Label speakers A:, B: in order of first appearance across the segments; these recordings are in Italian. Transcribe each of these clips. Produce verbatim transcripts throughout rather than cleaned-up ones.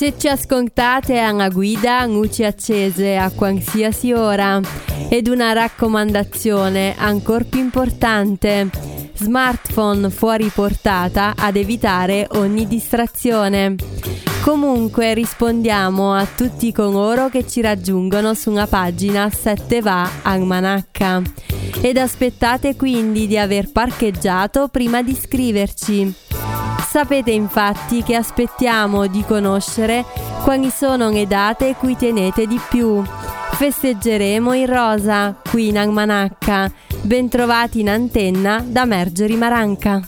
A: Se ci ascoltate alla guida, luci accese a qualsiasi ora. Ed una raccomandazione ancora più importante: smartphone fuori portata ad evitare ogni distrazione. Comunque rispondiamo a tutti coloro che ci raggiungono sulla pagina sette va Almanacca. Ed aspettate quindi di aver parcheggiato prima di scriverci. Sapete infatti che aspettiamo di conoscere quali sono le date cui tenete di più. Festeggeremo in rosa qui in Almanacca. Bentrovati in antenna da Marjorie Maranca.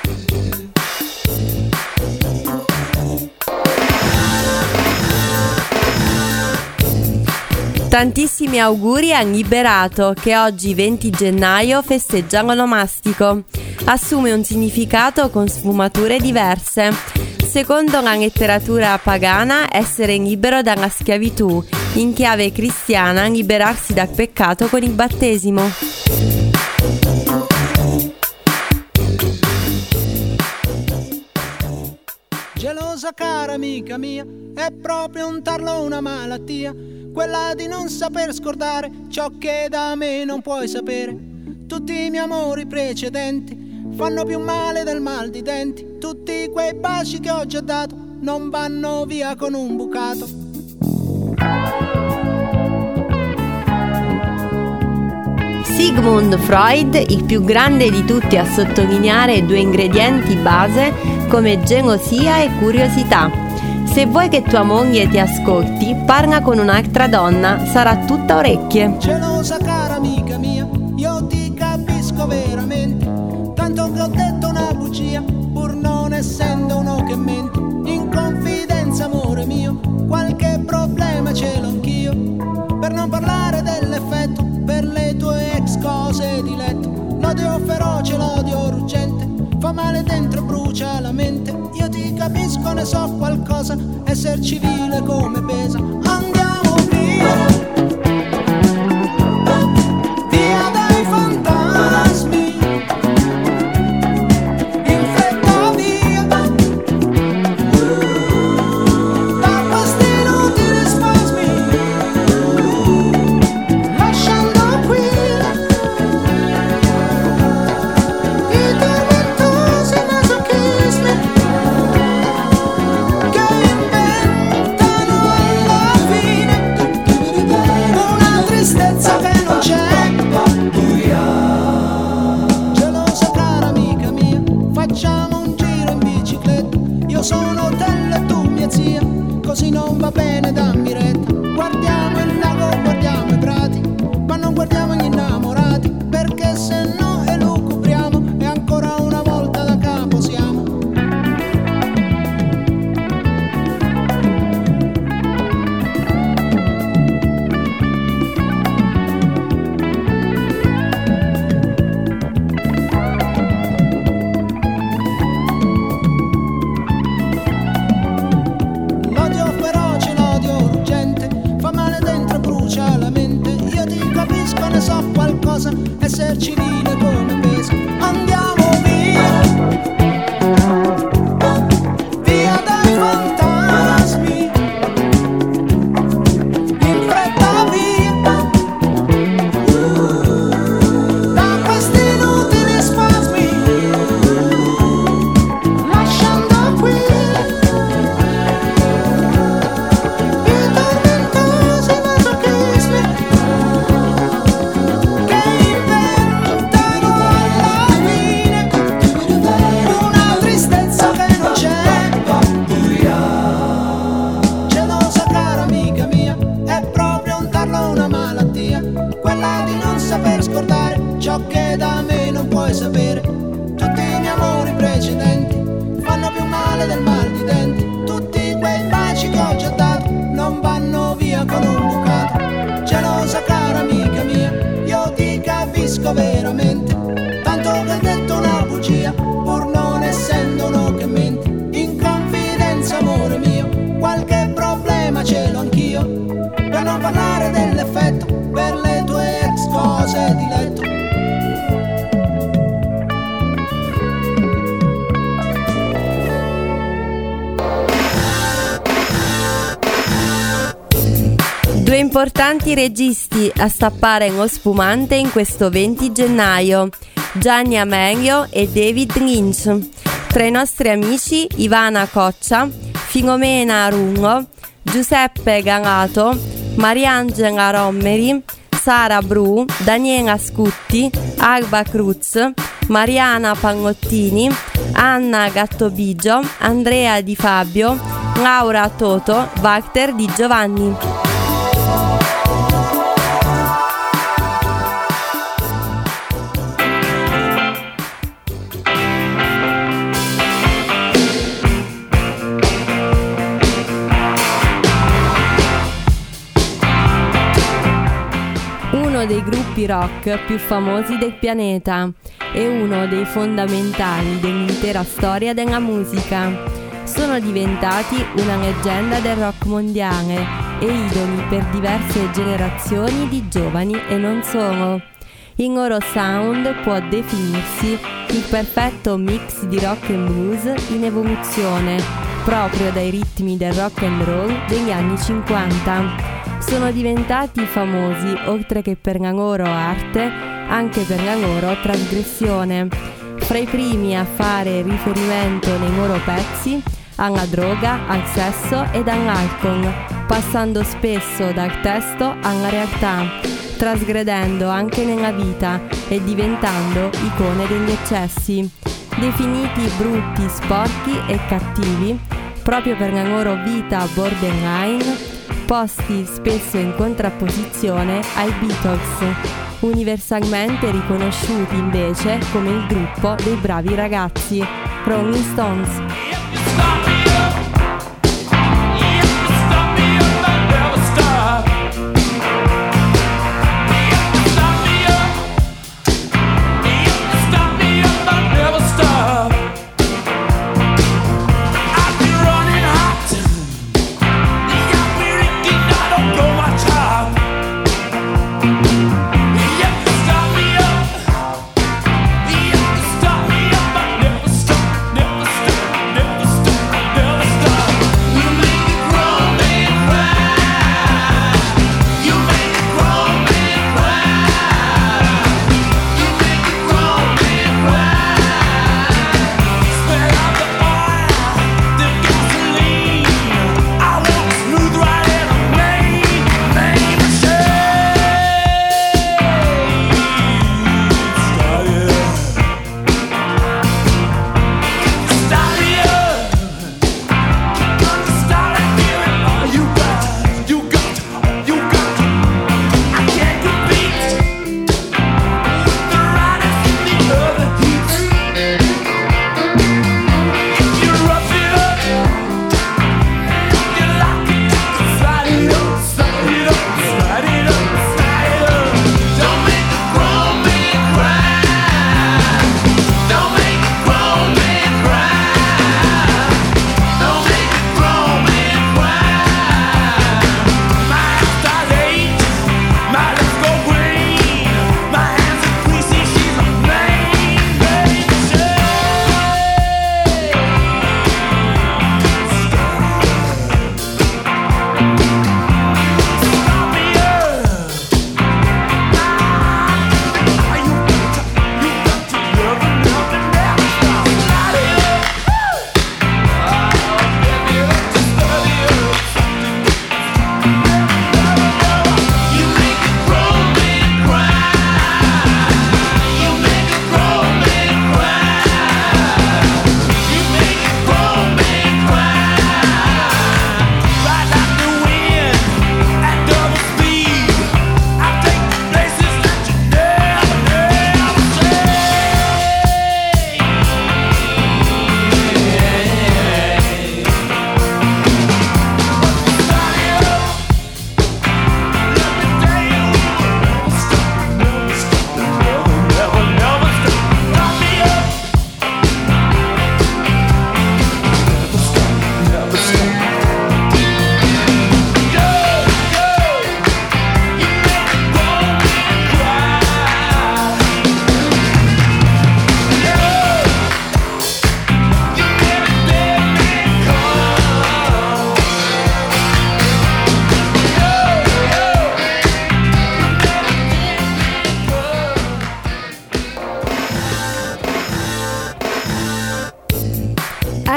A: Tantissimi auguri a Liberato che oggi venti gennaio festeggia l'onomastico. Assume un significato con sfumature diverse. Secondo la letteratura pagana, essere libero dalla schiavitù, in chiave cristiana liberarsi dal peccato con il battesimo.
B: Gelosa cara amica mia, è proprio un tarlo, una malattia, quella di non saper scordare ciò che da me non puoi sapere. Tutti i miei amori precedenti fanno più male del mal di denti. Tutti quei baci che ho già dato non vanno via con un bucato.
A: Sigmund Freud, il più grande di tutti a sottolineare due ingredienti base come gelosia e curiosità. Se vuoi che tua moglie ti ascolti, parla con un'altra donna, sarà tutta orecchie.
B: Gelosa cara amica mia, io ti capisco veramente, tanto che ho detto una bugia, pur non essendo uno che mente. In confidenza amore mio, qualche problema ce l'ho anch'io, per non parlare dell'effetto, per le tue ex cose di letto. L'odio feroce, l'odio ruggente, fa male dentro, brucia la mente. Io ti capisco, ne so qualcosa, esser civile come pesa. Andiamo via, via dai fantasmi. Così non va bene, dammi retta. Guardiamo il lago, guardiamo i prati, ma non guardiamo gli innamorati, perché se no elucubriamo e ancora una volta da capo siamo. Esser civile come pesa. Andiamo via, via dai fantasmi, in fretta via, uh, da questi inutili spasmi, lasciando qui i tormentosi masochismi che ciò che da me non puoi sapere. Tutti i miei amori precedenti fanno più male del mal di denti. Tutti quei baci che ho già dato non vanno via con un bucato. Gelosa cara amica mia, io ti capisco veramente, tanto che hai detto una bugia, pur non essendo uno che mente. In confidenza amore mio, qualche problema ce l'ho anch'io, per non parlare dell'effetto, per le tue ex cose di letto.
A: Due importanti registi a stappare uno spumante in questo venti gennaio, Gianni Amerio e David Lynch. Tra i nostri amici Ivana Coccia, Filomena Rungo, Giuseppe Galato, Mariangela Rommeri, Sara Bru, Daniela Scutti, Alba Cruz, Mariana Pallottini, Anna Gattobigio, Andrea Di Fabio, Laura Toto, Walter Di Giovanni. Uno dei gruppi rock più famosi del pianeta e uno dei fondamentali dell'intera storia della musica. Sono diventati una leggenda del rock mondiale e idoli per diverse generazioni di giovani e non solo. Il loro sound può definirsi il perfetto mix di rock and blues in evoluzione, proprio dai ritmi del rock and roll degli anni cinquanta. Sono diventati famosi, oltre che per la loro arte, anche per la loro trasgressione. Fra i primi a fare riferimento nei loro pezzi alla droga, al sesso ed all'alcol, passando spesso dal testo alla realtà, trasgredendo anche nella vita e diventando icone degli eccessi. Definiti brutti, sporchi e cattivi, proprio per la loro vita borderline, posti spesso in contrapposizione ai Beatles, universalmente riconosciuti invece come il gruppo dei bravi ragazzi, Rolling Stones.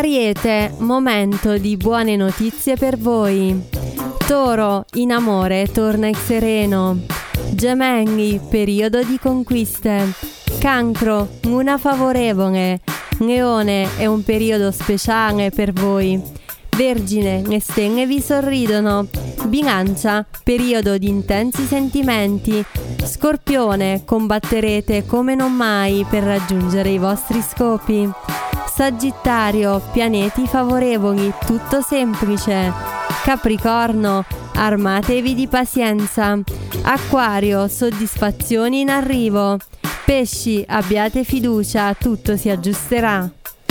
A: Ariete, momento di buone notizie per voi. Toro, in amore torna il sereno. Gemelli, periodo di conquiste. Cancro, luna favorevole. Leone, è un periodo speciale per voi. Vergine, le stelle vi sorridono. Bilancia, periodo di intensi sentimenti. Scorpione, combatterete come non mai per raggiungere i vostri scopi. Sagittario, pianeti favorevoli, tutto semplice. Capricorno, armatevi di pazienza. Acquario, soddisfazioni in arrivo. Pesci, abbiate fiducia, tutto si aggiusterà.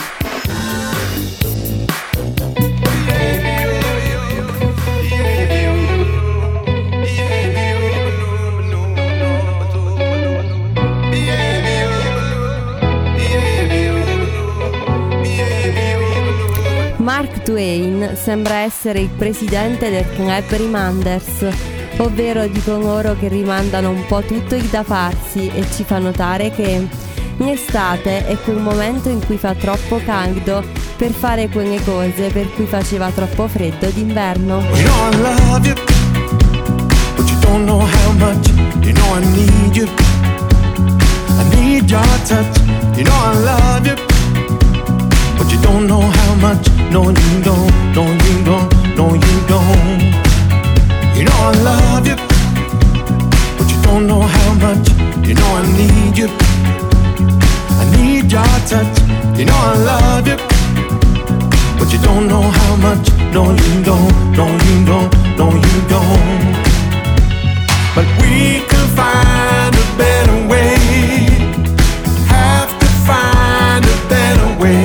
A: Mark Twain sembra essere il presidente del club Remanders, ovvero di coloro che rimandano un po' tutto il da farsi e ci fa notare che l'estate è quel momento in cui fa troppo caldo per fare quelle cose per cui faceva troppo freddo d'inverno.
C: You know I love you, but you don't know how much. You know I need you, I need your touch. You know I love you, but you don't know how much. No you don't, no you don't, no you don't. You know I love you, but you don't know how much. You know I need you, I need your touch. You know I love you, but you don't know how much. No you don't, no you don't, no you don't. But we can find a better way. Have to find a better way.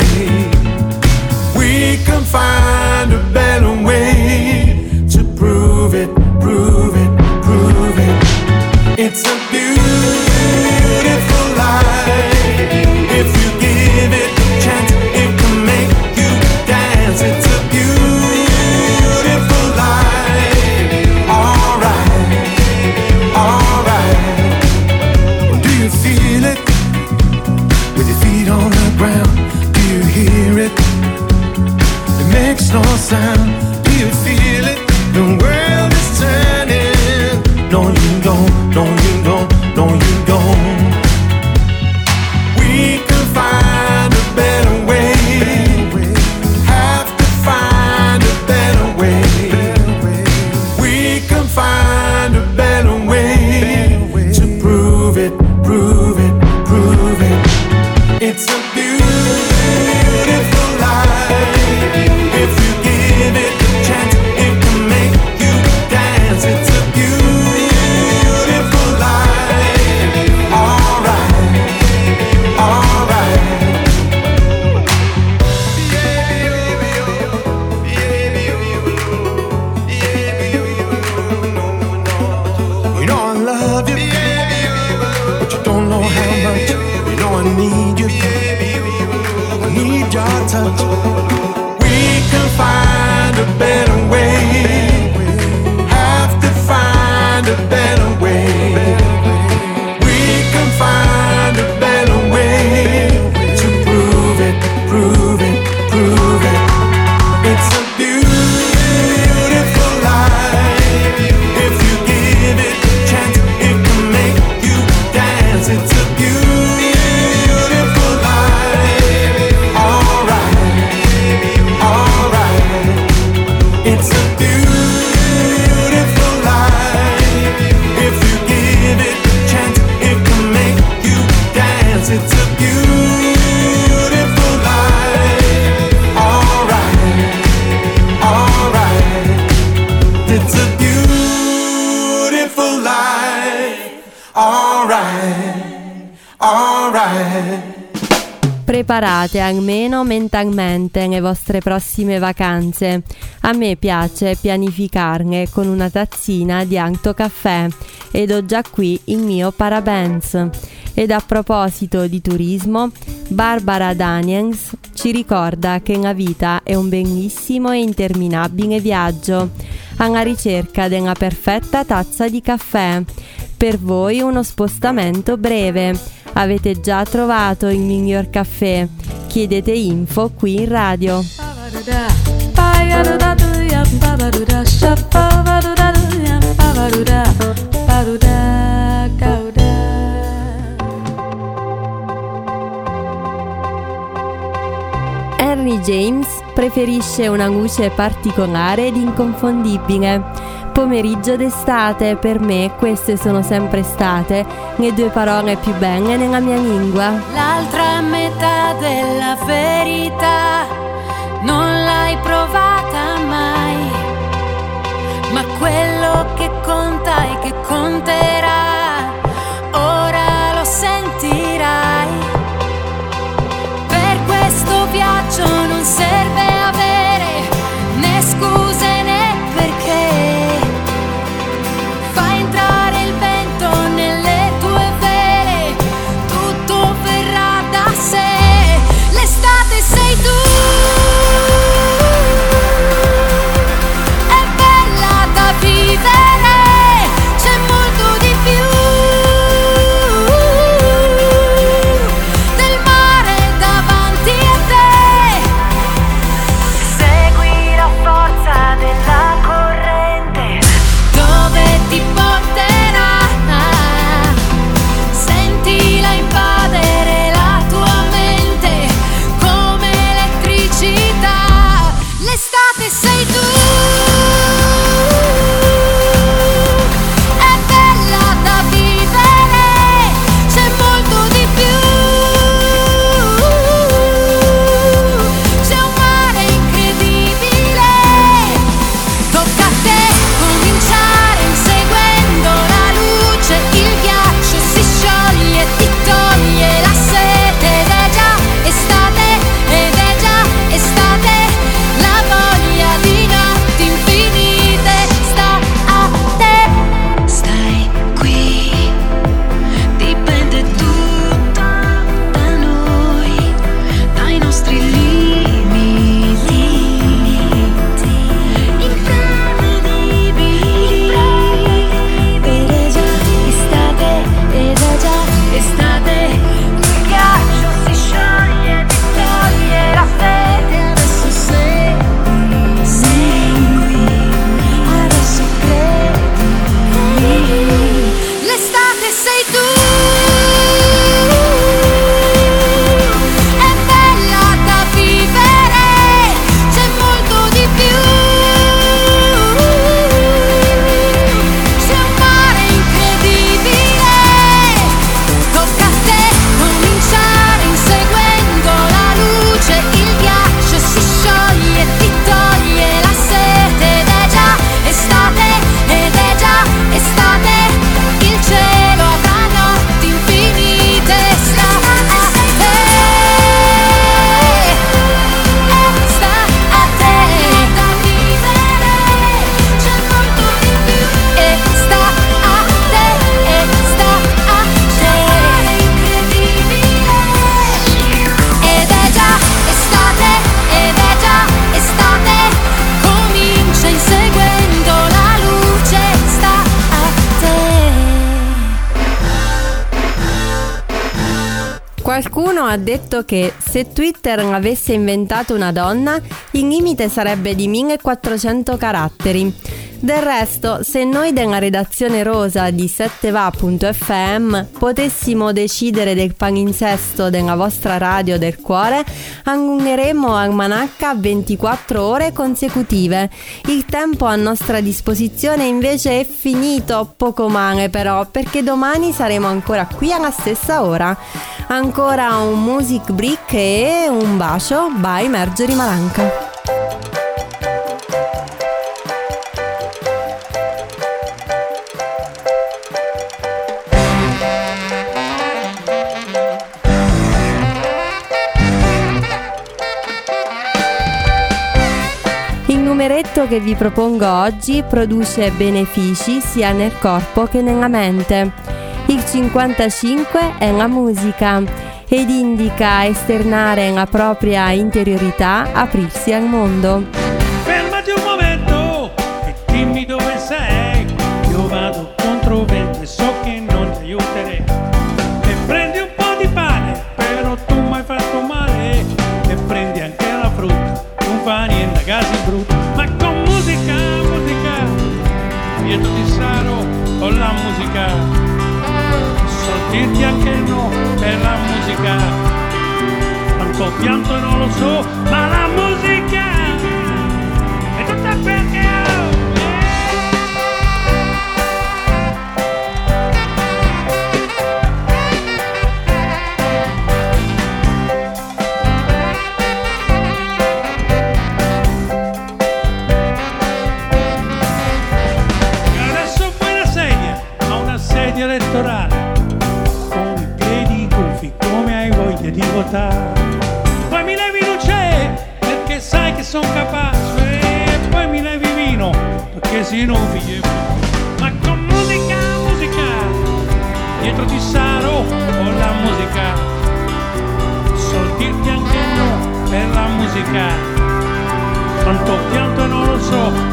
C: We can find a better way to prove it, prove it, prove it. It's a beautiful life. If you give it a chance, it can make you dance. It's a beautiful life. Alright, alright. Do you feel it? With your feet on the ground, do you hear it? It makes no sound. Do you feel it? The world is turning. No you don't, no you don't, no you don't. We can find a better way. Have to find a better way. We can find a better way to prove it, prove it, prove it. It's a beautiful life. If you give it a chance, it can make you dance. It's a beautiful life. Alright, alright. You know I love you, but you don't know how much. You know I need you, I need your touch. We can find a better way. Have to find a better way. We can find a better way to prove it, prove it, prove it. It's a beautiful life. If you give it a chance, it can make you dance. It's a beautiful life. Alright, alright. It's a beautiful life. If you give it a chance, it can make you dance. It's a beautiful life. Alright, alright. It's a beautiful life. Alright, alright.
A: Preparate almeno mentalmente le vostre prossime vacanze. A me piace pianificarle con una tazzina di Anto Caffè ed ho già qui il mio parabens. Ed a proposito di turismo, Barbara Daniels ci ricorda che la vita è un bellissimo e interminabile viaggio alla ricerca della perfetta tazza di caffè. Per voi uno spostamento breve. Avete già trovato il miglior caffè. chiedete info qui in radio. Henry James preferisce una luce particolare ed inconfondibile. Pomeriggio d'estate, per me queste sono sempre state le due parole più belle nella mia lingua.
D: L'altra metà della verità non l'hai provata mai, ma quello che conta e che conterà, ora lo sentirai. Per questo viaggio non serve avere né scuse né perché. Fai entrare il vento nelle tue vele, tutto verrà da sé. L'estate sei tu. È bella da vivere, c'è molto di più del mare davanti a te. Segui la forza della corrente dove ti porterà, sentila invadere la tua mente come elettricità. L'estate sei tu. È bella da vivere, c'è molto di più, c'è un mare incredibile. Tocca a te cominciare inseguendo la luce, il ghiaccio si scioglie e ti toglie la sete. Ed è già estate, ed è già estate, la voglia di notti infinite sta a te. Stai qui, dipende tutto da noi, dai nostri limiti imprevedibili. Ed è già estate, ed è già estate, il ghiaccio si scioglie, ti toglie la sete. Adesso segui, segui, adesso credi, l'estate sei tu. È bella da vivere, c'è molto di più, c'è un mare incredibile. Tocca a te cominciare inseguendo la luce, il ghiaccio si scioglie e ti toglie la sete. Ed è già estate, ed è già estate, il cielo avrà notti infinite. Sta a te, sta a te da vivere, c'è molto di più. E sta a te, e sta a te, incredibile. Ed è già estate, ed è già estate, comincia inseguendo la luce. Sta a te.
A: Qualcuno ha detto che se Twitter avesse inventato una donna, il limite sarebbe di millequattrocento caratteri. Del resto, se noi della redazione rosa di sette va punto effe emme potessimo decidere del palinsesto della vostra radio del cuore, allungheremmo Almanacca a ventiquattro ore consecutive. Il tempo a nostra disposizione invece è finito, poco male però, perché domani saremo ancora qui alla stessa ora. Ancora un music break e un bacio by Marjorie Maranca. Il numeretto che vi propongo oggi produce benefici sia nel corpo che nella mente. Il cinquantacinque è la musica ed indica esternare la propria interiorità, aprirsi al mondo.
E: Fermati un momento e dimmi dove sei. Io vado contro vento e so che non ti aiuterei. E prendi un po' di pane, però tu mi hai fatto male. musica, so dirti anche no per la musica, tanto pianto e non lo so, ma la musica è tutta perché elettorale, con i piedi gonfi come hai voglia di votare, poi mi levi luce perché sai che son capace, e poi mi levi vino perché si non figli, ma con musica, musica, dietro ti sarò con la musica, so dirti anche no per la musica, tanto pianto e non lo so.